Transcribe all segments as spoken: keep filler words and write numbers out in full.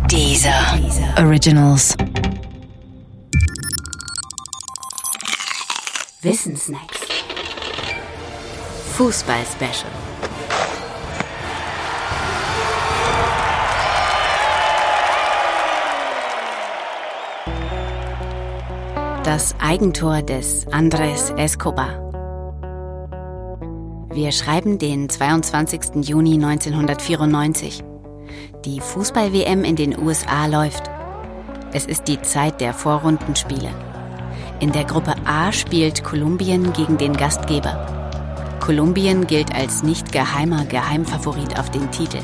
Deezer Originals. Wissensnacks. Fußball-Special. Das Eigentor des Andrés Escobar. Wir schreiben den zweiundzwanzigsten Juni neunzehnhundertvierundneunzig. Die Fußball-W M in den U S A läuft. Es ist die Zeit der Vorrundenspiele. In der Gruppe A spielt Kolumbien gegen den Gastgeber. Kolumbien gilt als nicht geheimer Geheimfavorit auf den Titel.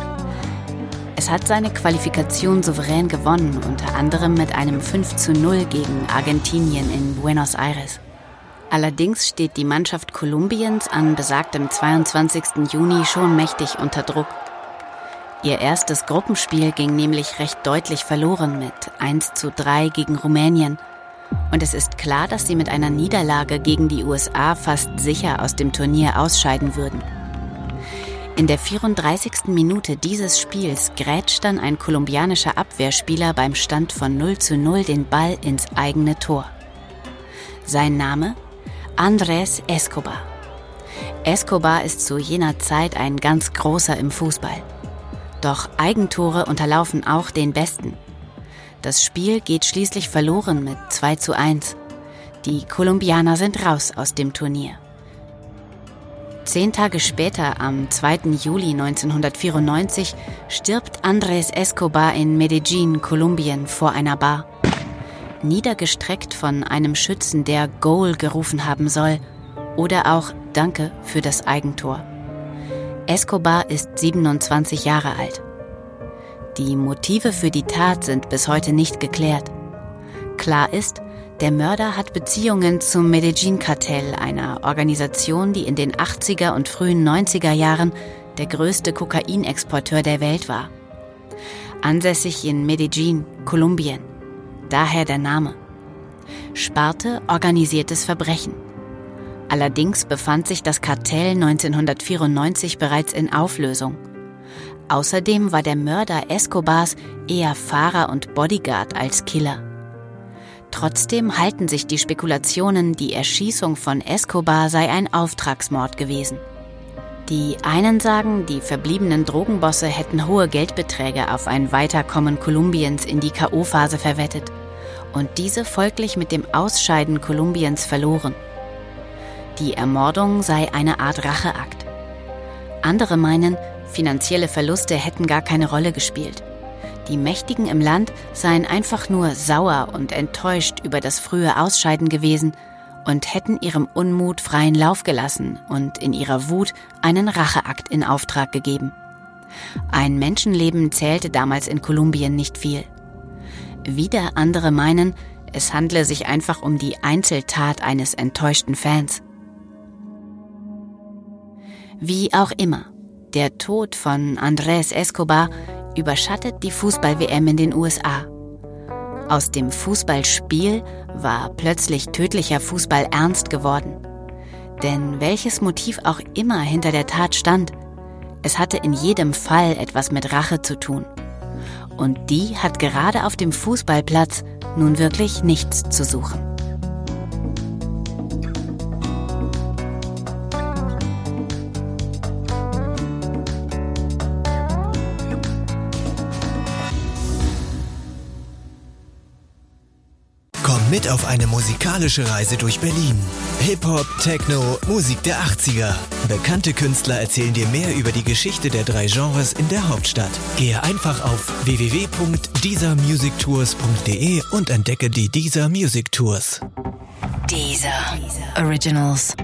Es hat seine Qualifikation souverän gewonnen, unter anderem mit einem fünf zu null gegen Argentinien in Buenos Aires. Allerdings steht die Mannschaft Kolumbiens an besagtem zweiundzwanzigsten Juni schon mächtig unter Druck. Ihr erstes Gruppenspiel ging nämlich recht deutlich verloren mit eins zu drei gegen Rumänien. Und es ist klar, dass sie mit einer Niederlage gegen die U S A fast sicher aus dem Turnier ausscheiden würden. In der vierunddreißigsten Minute dieses Spiels grätscht dann ein kolumbianischer Abwehrspieler beim Stand von null zu null den Ball ins eigene Tor. Sein Name? Andrés Escobar. Escobar ist zu jener Zeit ein ganz großer im Fußball. Doch Eigentore unterlaufen auch den Besten. Das Spiel geht schließlich verloren mit zwei zu eins. Die Kolumbianer sind raus aus dem Turnier. Zehn Tage später, am zweiten Juli neunzehnhundertvierundneunzig, stirbt Andrés Escobar in Medellín, Kolumbien, vor einer Bar. Niedergestreckt von einem Schützen, der Goal gerufen haben soll, oder auch Danke für das Eigentor. Escobar ist siebenundzwanzig Jahre alt. Die Motive für die Tat sind bis heute nicht geklärt. Klar ist, der Mörder hat Beziehungen zum Medellín-Kartell, einer Organisation, die in den achtziger und frühen neunziger Jahren der größte Kokainexporteur der Welt war. Ansässig in Medellín, Kolumbien. Daher der Name. Sparte organisiertes Verbrechen. Allerdings befand sich das Kartell neunzehnhundertvierundneunzig bereits in Auflösung. Außerdem war der Mörder Escobars eher Fahrer und Bodyguard als Killer. Trotzdem halten sich die Spekulationen, die Erschießung von Escobar sei ein Auftragsmord gewesen. Die einen sagen, die verbliebenen Drogenbosse hätten hohe Geldbeträge auf ein Weiterkommen Kolumbiens in die K O-Phase verwettet und diese folglich mit dem Ausscheiden Kolumbiens verloren. Die Ermordung sei eine Art Racheakt. Andere meinen, finanzielle Verluste hätten gar keine Rolle gespielt. Die Mächtigen im Land seien einfach nur sauer und enttäuscht über das frühe Ausscheiden gewesen und hätten ihrem Unmut freien Lauf gelassen und in ihrer Wut einen Racheakt in Auftrag gegeben. Ein Menschenleben zählte damals in Kolumbien nicht viel. Wieder andere meinen, es handle sich einfach um die Einzeltat eines enttäuschten Fans. Wie auch immer, der Tod von Andrés Escobar überschattet die Fußball-W M in den U S A. Aus dem Fußballspiel war plötzlich tödlicher Fußball ernst geworden. Denn welches Motiv auch immer hinter der Tat stand, es hatte in jedem Fall etwas mit Rache zu tun. Und die hat gerade auf dem Fußballplatz nun wirklich nichts zu suchen. Mit auf eine musikalische Reise durch Berlin. Hip-Hop, Techno, Musik der achtziger. Bekannte Künstler erzählen dir mehr über die Geschichte der drei Genres in der Hauptstadt. Gehe einfach auf w w w punkt deezer music tours punkt d e und entdecke die Deezer Music Tours. Deezer Originals.